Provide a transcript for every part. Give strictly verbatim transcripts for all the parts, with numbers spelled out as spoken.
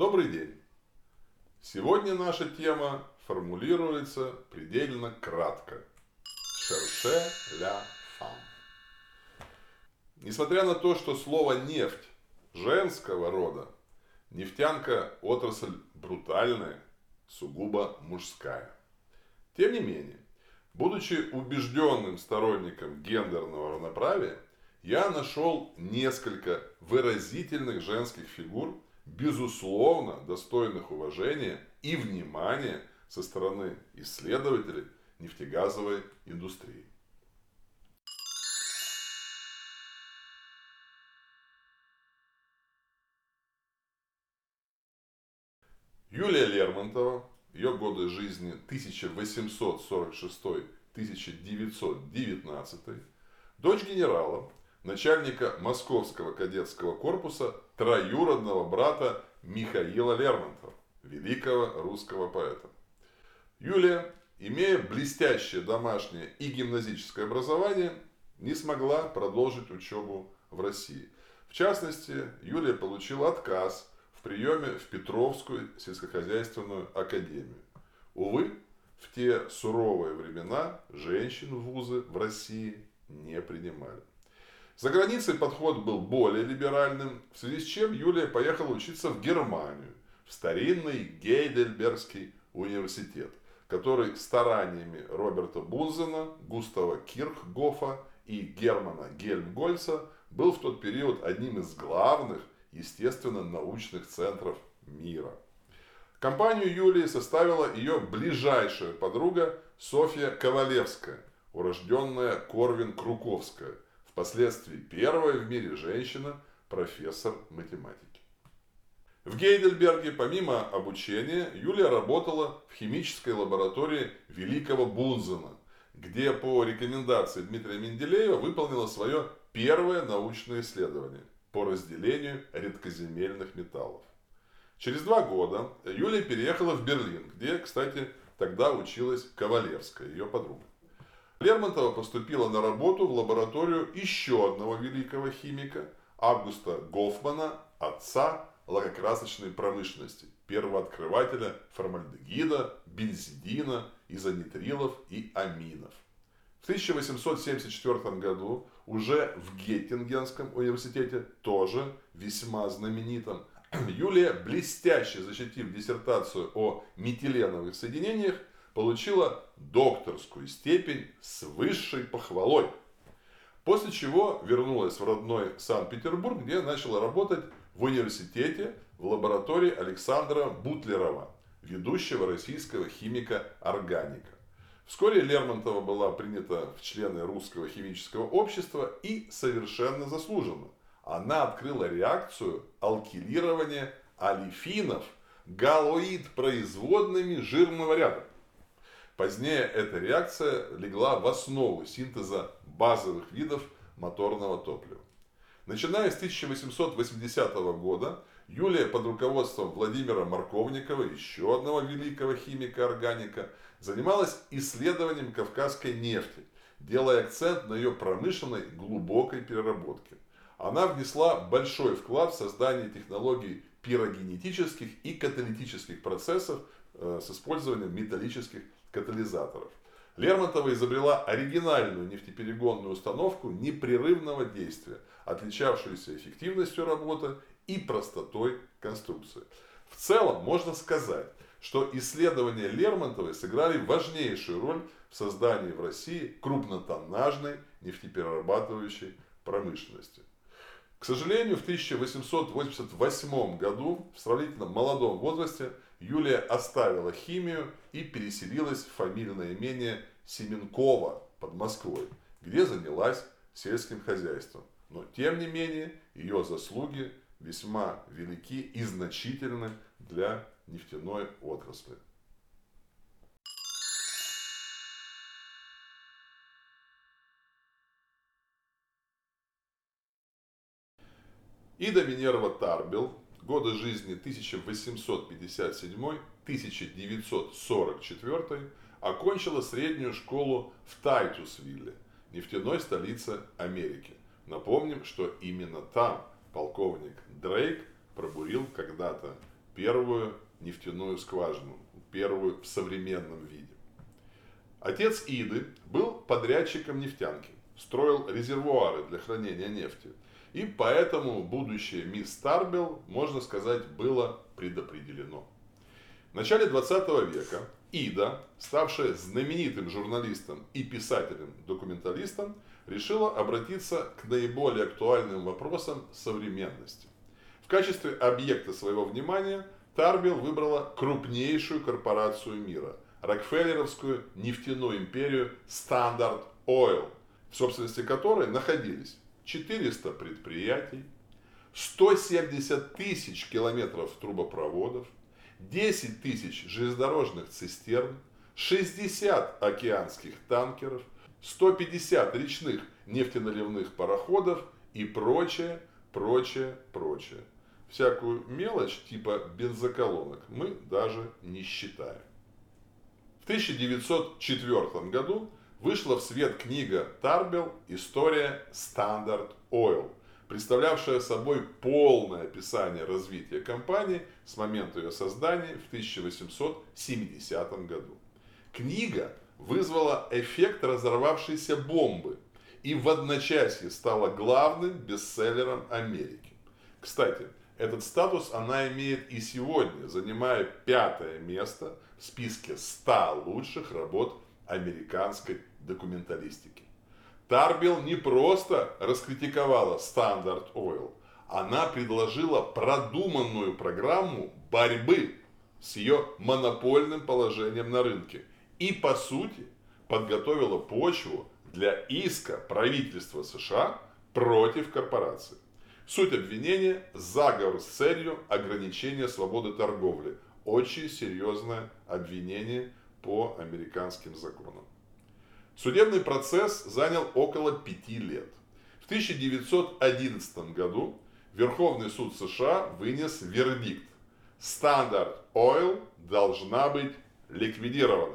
Добрый день! Сегодня наша тема формулируется предельно кратко. Cherchez la femme. Несмотря на то, что слово «нефть» женского рода, нефтянка – отрасль брутальная, сугубо мужская. Тем не менее, будучи убежденным сторонником гендерного равноправия, я нашел несколько выразительных женских фигур, безусловно достойных уважения и внимания со стороны исследователей нефтегазовой индустрии. Юлия Лермонтова, ее годы жизни тысяча восемьсот сорок шестой — тысяча девятьсот девятнадцатый, дочь генерала, начальника Московского кадетского корпуса, троюродного брата Михаила Лермонтова, великого русского поэта. Юлия, имея блестящее домашнее и гимназическое образование, не смогла продолжить учебу в России. В частности, Юлия получила отказ в приеме в Петровскую сельскохозяйственную академию. Увы, в те суровые времена женщин в вузы в России не принимали. За границей подход был более либеральным, в связи с чем Юлия поехала учиться в Германию, в старинный Гейдельбергский университет, который стараниями Роберта Бунзена, Густава Кирхгофа и Германа Гельмгольца был в тот период одним из главных естественно-научных центров мира. Компанию Юлии составила ее ближайшая подруга Софья Ковалевская, урожденная Корвин-Круковская, впоследствии первая в мире женщина, профессор математики. В Гейдельберге, помимо обучения, Юлия работала в химической лаборатории великого Бунзена, где по рекомендации Дмитрия Менделеева выполнила свое первое научное исследование по разделению редкоземельных металлов. Через два года Юлия переехала в Берлин, где, кстати, тогда училась Ковалевская, ее подруга. Лермонтова поступила на работу в лабораторию еще одного великого химика, Августа Гофмана, отца лакокрасочной промышленности, первооткрывателя формальдегида, бензидина, изонитрилов и аминов. В тысяча восемьсот семьдесят четвёртом году уже в Геттингенском университете, тоже весьма знаменитом, Юлия, блестяще защитив диссертацию о метиленовых соединениях, получила докторскую степень с высшей похвалой. После чего вернулась в родной Санкт-Петербург, где начала работать в университете в лаборатории Александра Бутлерова, ведущего российского химика-органика. Вскоре Лермонтова была принята в члены Русского химического общества и совершенно заслуженно. Она открыла реакцию алкилирования олефинов галоид-производными жирного ряда. Позднее эта реакция легла в основу синтеза базовых видов моторного топлива. Начиная с тысяча восемьсот восьмидесятого года Юлия под руководством Владимира Марковникова, еще одного великого химика-органика, занималась исследованием кавказской нефти, делая акцент на ее промышленной глубокой переработке. Она внесла большой вклад в создание технологий пирогенетических и каталитических процессов с использованием металлических катализаторов. Лермонтова изобрела оригинальную нефтеперегонную установку непрерывного действия, отличавшуюся эффективностью работы и простотой конструкции. В целом можно сказать, что исследования Лермонтовой сыграли важнейшую роль в создании в России крупнотоннажной нефтеперерабатывающей промышленности. К сожалению, в тысяча восемьсот восемьдесят восьмом году в сравнительно молодом возрасте Юлия оставила химию и переселилась в фамильное имение Семенково под Москвой, где занялась сельским хозяйством. Но тем не менее ее заслуги весьма велики и значительны для нефтяной отрасли. Ида Минерва Тарбел, годы жизни тысяча восемьсот пятьдесят седьмой — тысяча девятьсот сорок четвёртый, окончила среднюю школу в Тайтусвилле, нефтяной столице Америки. Напомним, что именно там полковник Дрейк пробурил когда-то первую нефтяную скважину, первую в современном виде. Отец Иды был подрядчиком нефтянки, строил резервуары для хранения нефти. И поэтому будущее мисс Тарбелл, можно сказать, было предопределено. В начале двадцатого века Ида, ставшая знаменитым журналистом и писателем-документалистом, решила обратиться к наиболее актуальным вопросам современности. В качестве объекта своего внимания Тарбелл выбрала крупнейшую корпорацию мира – Рокфеллеровскую нефтяную империю Standard Oil, в собственности которой находились четыреста предприятий, сто семьдесят тысяч километров трубопроводов, десять тысяч железнодорожных цистерн, шестьдесят океанских танкеров, сто пятьдесят речных нефтеналивных пароходов и прочее, прочее, прочее. Всякую мелочь типа бензоколонок мы даже не считаем. В тысяча девятьсот четвёртом году вышла в свет книга Тарбелл «История Standard Oil», представлявшая собой полное описание развития компании с момента ее создания в тысяча восемьсот семидесятом году. Книга вызвала эффект разорвавшейся бомбы и в одночасье стала главным бестселлером Америки. Кстати, этот статус она имеет и сегодня, занимая пятое место в списке ста лучших работ американской документалистики. Тарбелл не просто раскритиковала Standard Oil, она предложила продуманную программу борьбы с ее монопольным положением на рынке и, по сути, подготовила почву для иска правительства США против корпорации. Суть обвинения – заговор с целью ограничения свободы торговли. Очень серьезное обвинение по американским законам. Судебный процесс занял около пяти лет. В тысяча девятьсот одиннадцатом году Верховный суд США вынес вердикт: Standard Oil должна быть ликвидирована.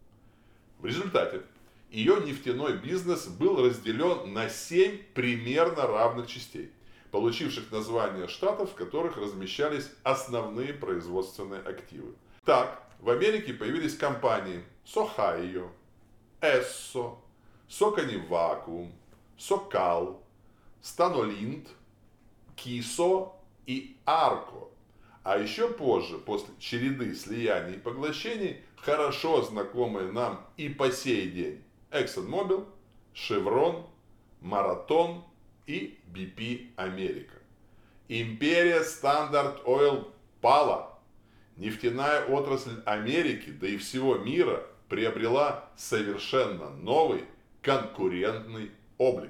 В результате ее нефтяной бизнес был разделен на семь примерно равных частей, получивших названия штатов, в которых размещались основные производственные активы. Так, в Америке появились компании Сохайо, Эссо, Сокони Вакуум, Сокал, Станолинд, Кисо и Арко. А еще позже, после череды слияний и поглощений, хорошо знакомые нам и по сей день ExxonMobil, Chevron, Marathon и би пи Америка. Империя Standard Oil пала. Нефтяная отрасль Америки, да и всего мира, приобрела совершенно новый конкурентный облик.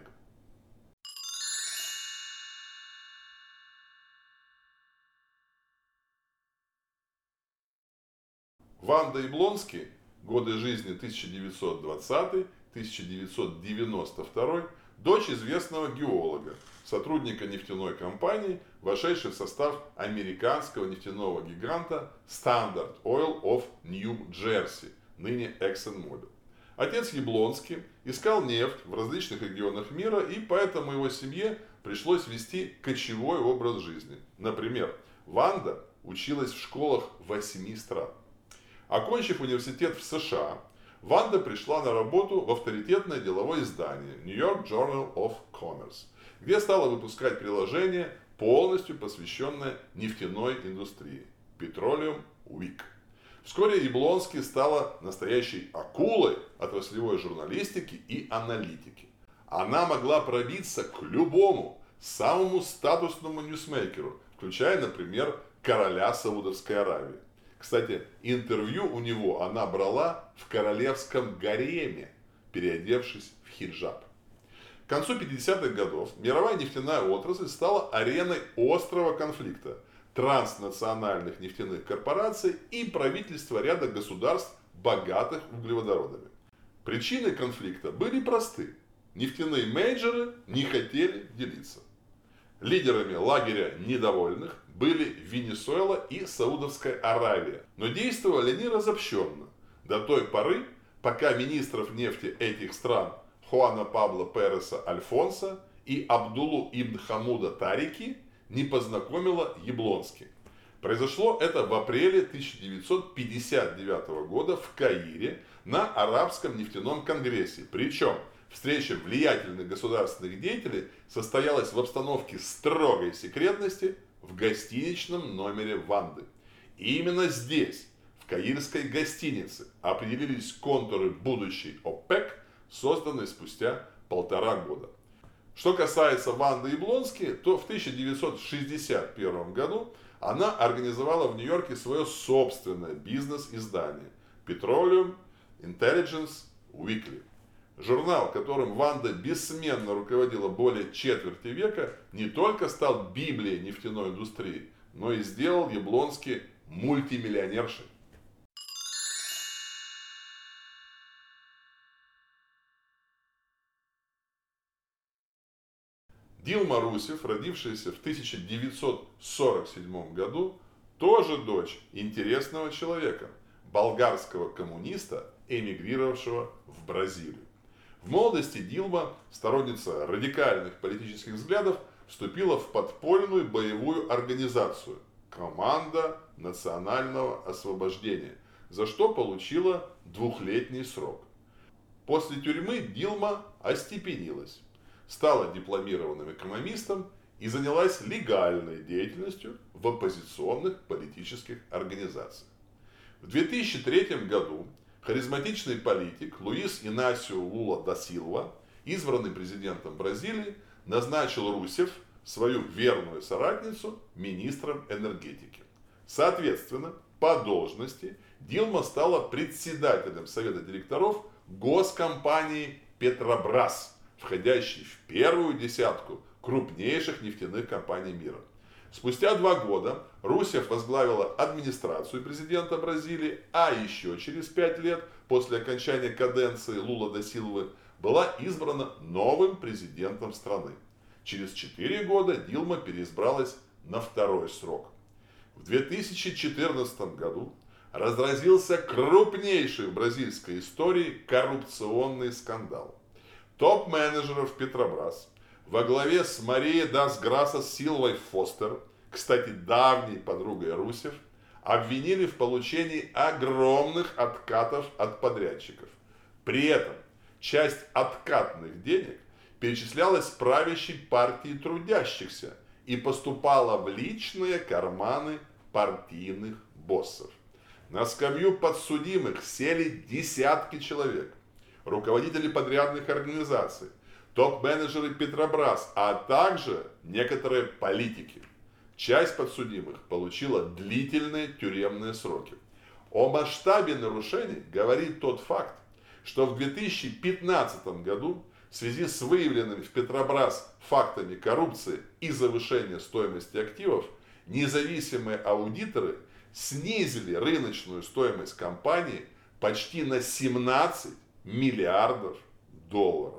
Ванда Яблонский, годы жизни тысяча девятьсот двадцатый — тысяча девятьсот девяносто второй, дочь известного геолога, сотрудника нефтяной компании, вошедшей в состав американского нефтяного гиганта Standard Oil of New Jersey, ныне ExxonMobil. Отец Яблонский искал нефть в различных регионах мира, и поэтому его семье пришлось вести кочевой образ жизни. Например, Ванда училась в школах восьми стран. Окончив университет в США, Ванда пришла на работу в авторитетное деловое издание New York Journal of Commerce, где стала выпускать приложение, полностью посвященное нефтяной индустрии – Petroleum Week. Вскоре Яблонский стала настоящей акулой отраслевой журналистики и аналитики. Она могла пробиться к любому, самому статусному ньюсмейкеру, включая, например, короля Саудовской Аравии. Кстати, интервью у него она брала в королевском гареме, переодевшись в хиджаб. К концу пятидесятых годов мировая нефтяная отрасль стала ареной острого конфликта транснациональных нефтяных корпораций и правительства ряда государств, богатых углеводородами. Причины конфликта были просты. Нефтяные мейджоры не хотели делиться. Лидерами лагеря недовольных были Венесуэла и Саудовская Аравия, но действовали они разобщенно, до той поры, пока министров нефти этих стран Хуана Пабло Переса Альфонса и Абдулу ибн Хамуда Тарики не познакомила Яблонский. Произошло это в апреле тысяча девятьсот пятьдесят девятого года в Каире на Арабском нефтяном конгрессе. Причем встреча влиятельных государственных деятелей состоялась в обстановке строгой секретности в гостиничном номере Ванды. И именно здесь, в каирской гостинице, определились контуры будущей ОПЕК, созданной спустя полтора года. Что касается Ванды Яблонски, то в тысяча девятьсот шестьдесят первом году она организовала в Нью-Йорке свое собственное бизнес-издание Petroleum Intelligence Weekly. Журнал, которым Ванда бессменно руководила более четверти века, не только стал библией нефтяной индустрии, но и сделал Яблонски мультимиллионершей. Дилма Русефф, родившаяся в тысяча девятьсот сорок седьмом году, тоже дочь интересного человека, болгарского коммуниста, эмигрировавшего в Бразилию. В молодости Дилма, сторонница радикальных политических взглядов, вступила в подпольную боевую организацию «Команда национального освобождения», за что получила двухлетний срок. После тюрьмы Дилма остепенилась, стала дипломированным экономистом и занялась легальной деятельностью в оппозиционных политических организациях. В две тысячи третьем году харизматичный политик Луис Инасио Лула да Силва, избранный президентом Бразилии, назначил Русефф, свою верную соратницу, министром энергетики. Соответственно, по должности Дилма стала председателем совета директоров госкомпании «Петробрас», входящей в первую десятку крупнейших нефтяных компаний мира. Спустя два года Русефф возглавила администрацию президента Бразилии, а еще через пять лет после окончания каденции Лула да Силвы была избрана новым президентом страны. Через четыре года Дилма переизбралась на второй срок. В две тысячи четырнадцатом году разразился крупнейший в бразильской истории коррупционный скандал. Топ-менеджеров Петробрас во главе с Марией дас Грасас Силвой Фостер, кстати, давней подругой Русефф, обвинили в получении огромных откатов от подрядчиков. При этом часть откатных денег перечислялась правящей партии трудящихся и поступала в личные карманы партийных боссов. На скамью подсудимых сели десятки человек, руководители подрядных организаций, топ-менеджеры Петробрас, а также некоторые политики. Часть подсудимых получила длительные тюремные сроки. О масштабе нарушений говорит тот факт, что в две тысячи пятнадцатом году в связи с выявленными в Петробрас фактами коррупции и завышения стоимости активов, независимые аудиторы снизили рыночную стоимость компании почти на семнадцать миллиардов долларов.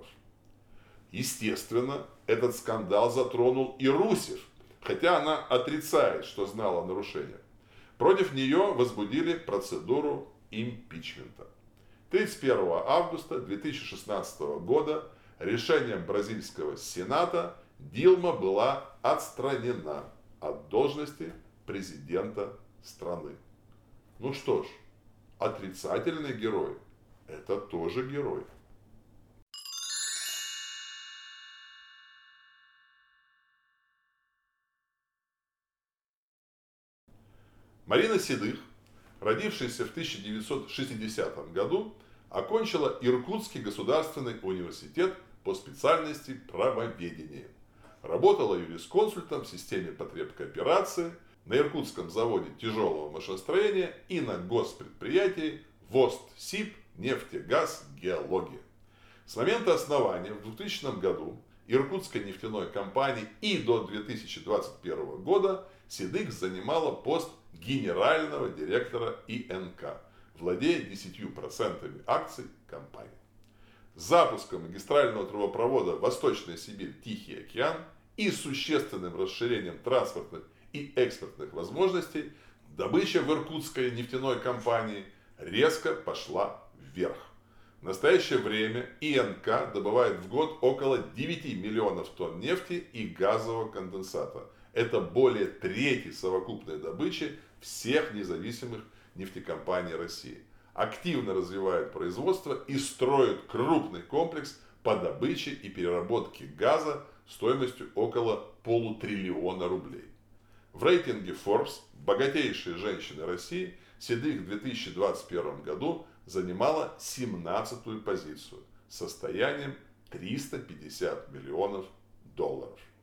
Естественно, этот скандал затронул и Русефф, хотя она отрицает, что знала о нарушениях. Против нее возбудили процедуру импичмента. тридцать первого августа две тысячи шестнадцатого года решением бразильского сената Дилма была отстранена от должности президента страны. Ну что ж, отрицательный герой – это тоже герой. Марина Седых, родившаяся в тысяча девятьсот шестидесятом году, окончила Иркутский государственный университет по специальности правоведение. Работала юрисконсультом в системе потребкооперации, на Иркутском заводе тяжелого машиностроения и на госпредприятии ВОСТ-СИП «Нефтегаз Геология». С момента основания в двухтысячном году Иркутской нефтяной компании и до две тысячи двадцать первого года Седых занимала пост генерального директора И Н К, владея десятью процентами акций компании. С запуском магистрального трубопровода Восточная Сибирь-Тихий океан и существенным расширением транспортных и экспортных возможностей добыча в Иркутской нефтяной компании резко пошла вверх. В настоящее время И Н К добывает в год около девяти миллионов тонн нефти и газового конденсата. Это более трети совокупной добычи всех независимых нефтекомпаний России. Активно развивает производство и строит крупный комплекс по добыче и переработке газа стоимостью около полутриллиона рублей. В рейтинге Forbes богатейшие женщины России Седых в две тысячи двадцать первом году занимала семнадцатую позицию с состоянием триста пятьдесят миллионов долларов.